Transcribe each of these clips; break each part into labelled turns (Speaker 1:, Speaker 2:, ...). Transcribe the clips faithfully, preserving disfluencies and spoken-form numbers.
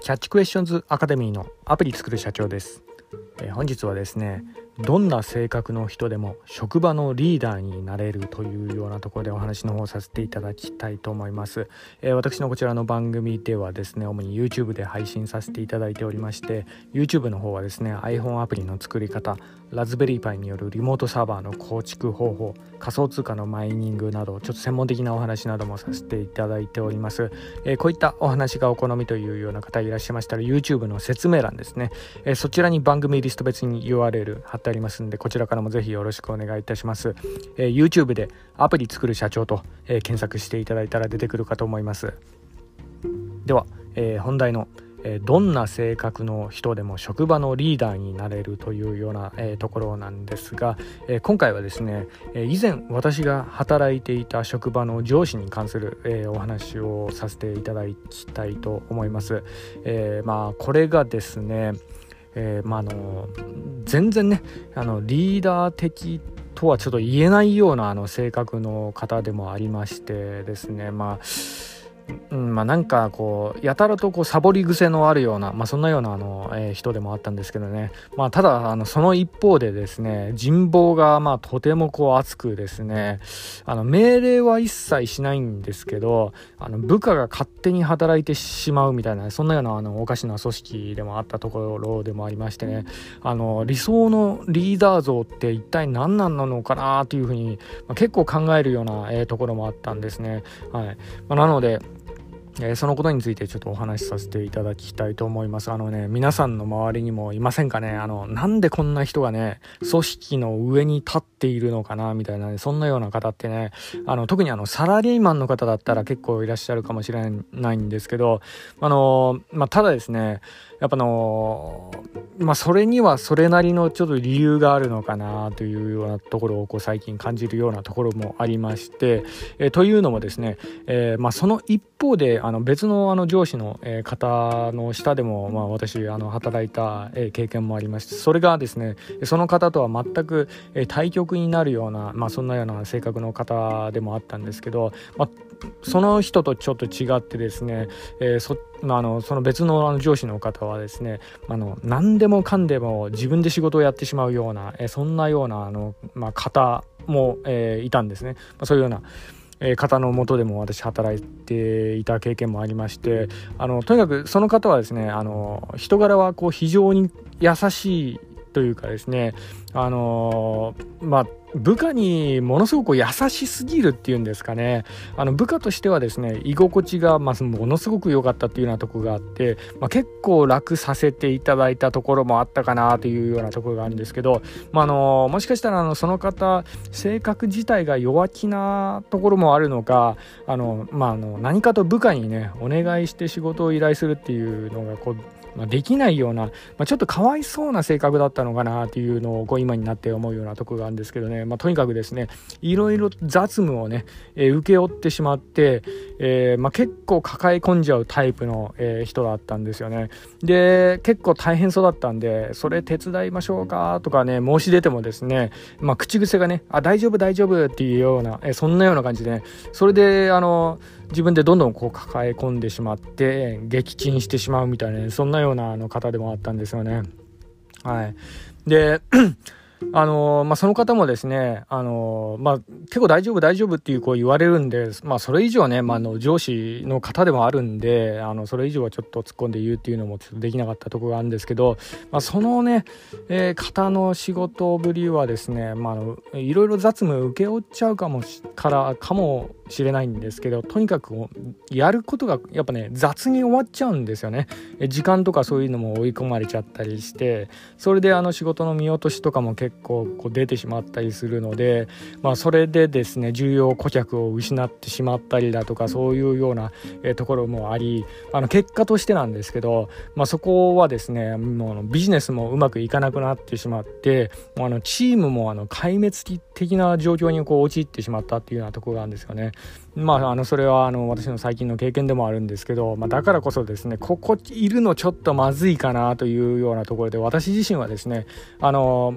Speaker 1: キャッチクエスチョンズアカデミーのアプリ作る社長です。えー、本日はですね、どんな性格の人でも職場のリーダーになれるというようなところでお話の方させていただきたいと思います。えー、私のこちらの番組ではですね、主に YouTube で配信させていただいておりまして、 YouTube の方はですね iPhone アプリの作り方、ラズベリーパイによるリモートサーバーの構築方法、仮想通貨のマイニングなどちょっと専門的なお話などもさせていただいております。えー、こういったお話がお好みというような方いらっしゃいましたら YouTube の説明欄ですね、えー、そちらに番組リスト別に ユーアールエル 貼ってありますので、こちらからもぜひよろしくお願いいたします。えー、YouTube でアプリ作る社長と、えー、検索していただいたら出てくるかと思います。では、えー、本題のどんな性格の人でも職場のリーダーになれるというような、えー、ところなんですが、えー、今回はですね、えー、以前私が働いていた職場の上司に関する、えー、お話をさせていただきたいと思います。えー、まあこれがですね、えーまあ、あの全然ねあのリーダー的とはちょっと言えないようなあの性格の方でもありましてですね、まあうんまあ、なんかこうやたらとこうサボり癖のあるような、まあ、そんなようなあの、えー、人でもあったんですけどね、まあ、ただあのその一方でですね、人望がまあとてもこう厚くですね、あの命令は一切しないんですけど、あの部下が勝手に働いてしまうみたいな、そんなようなあのおかしな組織でもあったところでもありましてね、あの理想のリーダー像って一体何なのかなというふうに、まあ、結構考えるような、えー、ところもあったんですね。はい。まあ、なのでえー、そのことについてちょっとお話しさせていただきたいと思います。あのね、皆さんの周りにもいませんかね、あのなんでこんな人がね組織の上に立っているのかなみたいな、ね、そんなような方ってね、あの特にあのサラリーマンの方だったら結構いらっしゃるかもしれないんですけど、あのまあ、ただですね、やっぱあのまあそれにはそれなりのちょっと理由があるのかなというようなところをこう最近感じるようなところもありまして、えー、というのもですね、えー、まあその一方であの別のあの上司の方の下でもまあ私あの働いた経験もありまして、それがですねその方とは全く対極になるような、まあそんなような性格の方でもあったんですけど、まあその人とちょっと違ってですね、えー、そ, まあ、あのその別のあの上司の方はですね、あの何でもかんでも自分で仕事をやってしまうような、えー、そんなようなあの、まあ、方も、えー、いたんですね。まあ、そういうような方の下でも私働いていた経験もありまして、あのとにかくその方はですね、あの人柄はこう非常に優しいというかですね、あのまあ部下にものすごく優しすぎるっていうんですかね、あの部下としてはですね居心地がまあものすごく良かったっていうようなところがあって、まあ、結構楽させていただいたところもあったかなというようなところがあるんですけど、まあ、あのもしかしたらあのその方性格自体が弱気なところもあるのか、あの、まあ、あの何かと部下にねお願いして仕事を依頼するっていうのがこうまあ、できないような、まあ、ちょっとかわいそうな性格だったのかなっていうのをこう今になって思うようなところがあるんですけどね、まあ、とにかくですねいろいろ雑務をね、えー、請け負ってしまって、えーまあ、結構抱え込んじゃうタイプの、えー、人だったんですよね。で結構大変そうだったんで、それ手伝いましょうかとかね申し出てもですね、まあ、口癖がねあ大丈夫大丈夫っていうような、えー、そんなような感じで、ね、それであの自分でどんどんこう抱え込んでしまって撃沈してしまうみたいな、ね、そんなようなあの方でもあったんですよね。はい。であのまあ、その方もですね、あのまあ、結構大丈夫大丈夫っていうこう言われるんで、まあ、それ以上ね、まあ、の上司の方でもあるんで、あのそれ以上はちょっと突っ込んで言うっていうのもちょっとできなかったところがあるんですけど、まあ、そのね、えー、方の仕事ぶりはですね、まあ、あのいろいろ雑務請け負っちゃうかもしからかもしれないんですけど、とにかくやることがやっぱね雑に終わっちゃうんですよね。時間とかそういうのも追い込まれちゃったりして、それであの仕事の見落としとかも結構こう出てしまったりするので、まあ、それでですね重要顧客を失ってしまったりだとか、そういうような、えー、ところもあり、あの結果としてなんですけど、まあ、そこはですねもうビジネスもうまくいかなくなってしまって、もうあのチームもあの壊滅的な状況にこう陥ってしまったっていうようなところがあるんですよね。まあ、あのそれはあの私の最近の経験でもあるんですけど、まあ、だからこそですねここいるのちょっとまずいかなというようなところで、私自身はですねあのもう撤退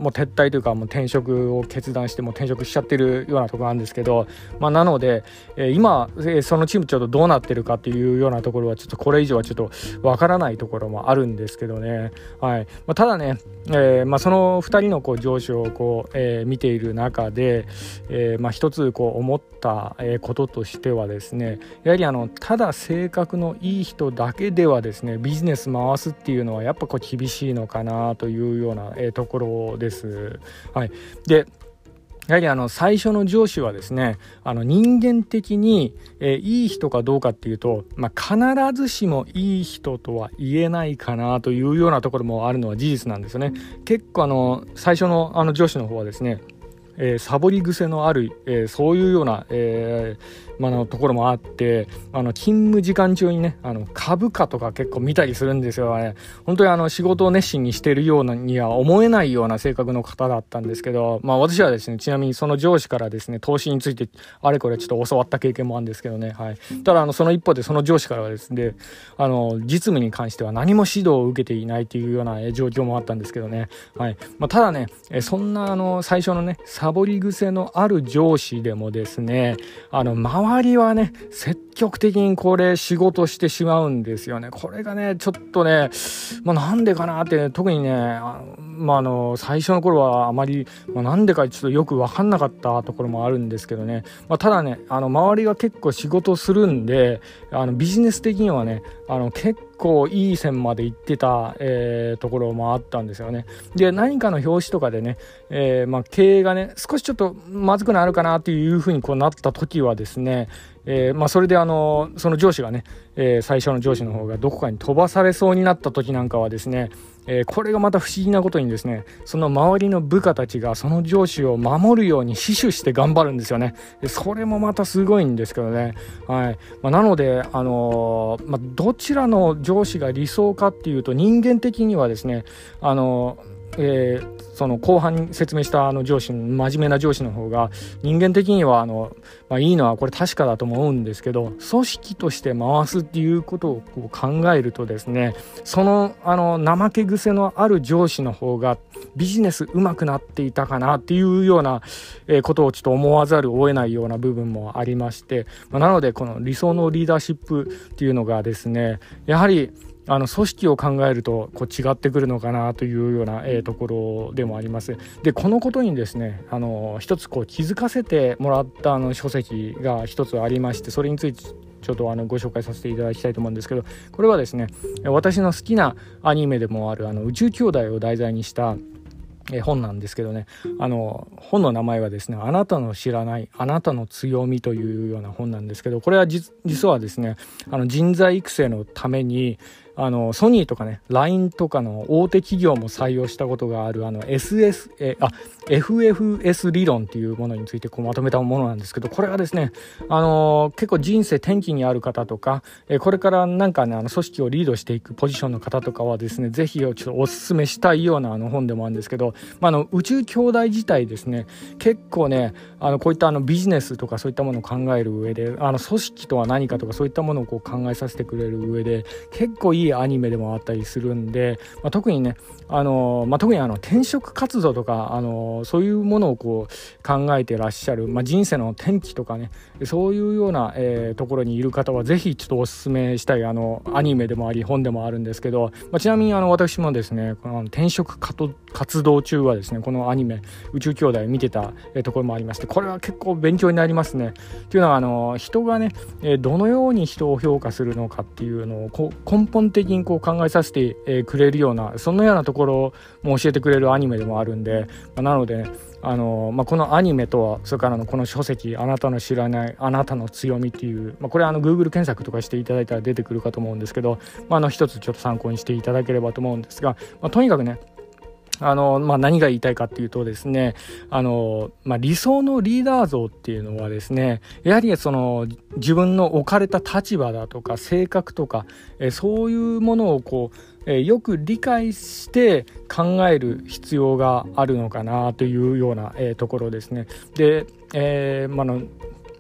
Speaker 1: 退というかもう転職を決断してもう転職しちゃってるようなところなんですけど、まあ、なので、えー、今、えー、そのチームちょっとどうなってるかっていうようなところはちょっとこれ以上はちょっとわからないところもあるんですけどね、はいまあ、ただね、えーまあ、そのふたりのこう上司をこう、えー、見ている中で、えーまあ、一つこう思ったこととしてはですね、やはりあのただ性格のいい人だけではですねビジネス回すっていうのはやっぱこう厳しいのかなというような、えー、ところです。はい、でやはりあの最初の上司はですね、あの人間的に、えー、いい人かどうかっていうと、まあ、必ずしもいい人とは言えないかなというようなところもあるのは事実なんですよね。結構あの最初のあの上司の方はですね、えー、サボり癖のある、えー、そういうような、えーまあ、のところもあって、あの勤務時間中にねあの株価とか結構見たりするんですよね。本当にあの仕事を熱心にしているようなには思えないような性格の方だったんですけど、まあ、私はですねちなみにその上司からですね投資についてあれこれちょっと教わった経験もあるんですけどね、はい、ただあのその一方でその上司からはですねあの実務に関しては何も指導を受けていないというような状況もあったんですけどね、はいまあ、ただねそんなあの最初のねサボり癖のある上司でもですね、あの周りはね積極的にこれ仕事してしまうんですよね。これがねちょっとね、まあ、なんでかなって、ね、特にねあ、まあ、あの最初の頃はあまり、まあ、なんでかちょっとよく分かんなかったところもあるんですけどね、まあ、ただねあの周りが結構仕事するんで、あのビジネス的にはねあの結構いい線まで行ってた、えー、ところもあったんですよね。で何かの表紙とかでね、えーまあ、経営がね少しちょっとまずくなるかなっていう風にこうなった時はですね、えーまあ、それであのその上司がね、えー、最初の上司の方がどこかに飛ばされそうになった時なんかはですね、えー、これがまた不思議なことにですね、その周りの部下たちがその上司を守るように死守して頑張るんですよね。でそれもまたすごいんですけどね、はいまあ、なので、あのーまあ、どちらの上司が理想かっていうと、人間的にはですね、あのーえー、その後半に説明したあの上司の真面目な上司の方が人間的にはあの、まあ、いいのはこれ確かだと思うんですけど、組織として回すっていうことをこう考えるとですね、そのあの怠け癖のある上司の方がビジネスうまくなっていたかなっていうようなことをちょっと思わざるを得ないような部分もありまして、まあ、なのでこの理想のリーダーシップっていうのがですね、やはりあの組織を考えるとこう違ってくるのかなというような、えー、ところでもあります。でこのことにですねあの一つこう気づかせてもらったあの書籍が一つありまして、それについてちょっとあのご紹介させていただきたいと思うんですけど、これはですね私の好きなアニメでもあるあの宇宙兄弟を題材にしたえ本なんですけどね、あの本の名前はですね、あなたの知らないあなたの強みというような本なんですけど、これは 実, 実はですねあの人材育成のためにあのソニーとかね ライン とかの大手企業も採用したことがあるあの エスエス えあ エフエフエス 理論っていうものについてこうまとめたものなんですけど、これはですねあの結構人生転機にある方とか、えこれからなんかねあの組織をリードしていくポジションの方とかはですね、ぜひちょっとお勧めしたいようなあの本でもあるんですけど、まあ、あの宇宙兄弟自体ですね結構ねあのこういったあのビジネスとかそういったものを考える上で、あの組織とは何かとかそういったものをこう考えさせてくれる上で結構いいアニメでもあったりするんで、まあ、特にねあの、まあ、特にあの転職活動とかあのそういうものをこう考えてらっしゃる、まあ、人生の転機とかねそういうような、えー、ところにいる方はぜひちょっとお勧めしたいあのアニメでもあり本でもあるんですけど、まあ、ちなみにあの私もですねこの転職活動中はですねこのアニメ宇宙兄弟見てた、えー、ところもありまして、これは結構勉強になりますね。というのはあの人がね、えー、どのように人を評価するのかっていうのをこう根本的にこう考えさせて、えー、くれるようなそのようなところも教えてくれるアニメでもあるんで、まあ、なのでねあのまあ、このアニメとはそれからのこの書籍あなたの知らないあなたの強みっていう、まあ、これはあの Google 検索とかしていただいたら出てくるかと思うんですけど、まあ、あの一つちょっと参考にしていただければと思うんですが、まあ、とにかくねあのまあ、何が言いたいかっていうとですねあの、まあ、理想のリーダー像っていうのはですねやはりその自分の置かれた立場だとか性格とかえそういうものをこうえよく理解して考える必要があるのかなというような、えー、ところですね。で、えーまあの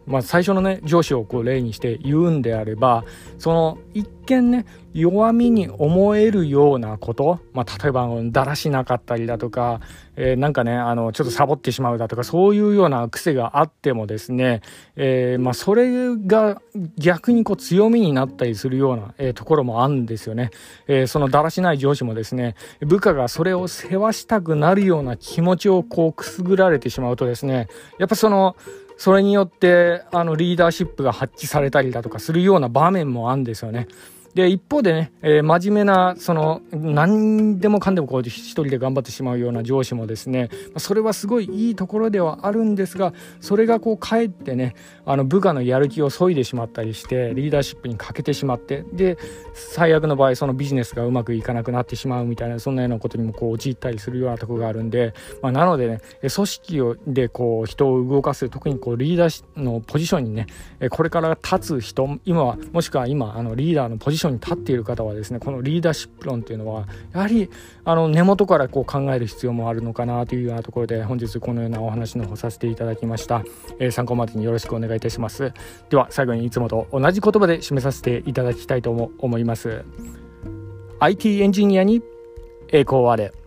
Speaker 1: まあ、最初のね上司をこう例にして言うんであれば、その一見ね弱みに思えるようなこと、まあ、例えばだらしなかったりだとか、えー、なんかねあのちょっとサボってしまうだとか、そういうような癖があってもですね、えー、まあそれが逆にこう強みになったりするような、えー、ところもあるんですよね。えー、そのだらしない上司もですね、部下がそれを世話したくなるような気持ちをこうくすぐられてしまうとですね、やっぱそのそれによってあのリーダーシップが発揮されたりだとかするような場面もあるんですよね。で一方でね、えー、真面目なその何でもかんでもこう一人で頑張ってしまうような上司もですね、それはすごいいいところではあるんですが、それがこうかえってねあの部下のやる気を削いでしまったりしてリーダーシップに欠けてしまって、で最悪の場合そのビジネスがうまくいかなくなってしまうみたいな、そんなようなことにもこう陥ったりするようなところがあるんで、まあ、なのでね組織をでこう人を動かす、特にこうリーダーのポジションにねこれから立つ人、今はもしくは今あのリーダーのポジションに立っている方はですね、このリーダーシップ論っていうのはやはりあの根元からこう考える必要もあるのかなというようなところで、本日このようなお話の方させていただきました。えー、参考までによろしくお願いいたします。では最後にいつもと同じ言葉で締めさせていただきたいと思います。 アイティー エンジニアに栄光あれ。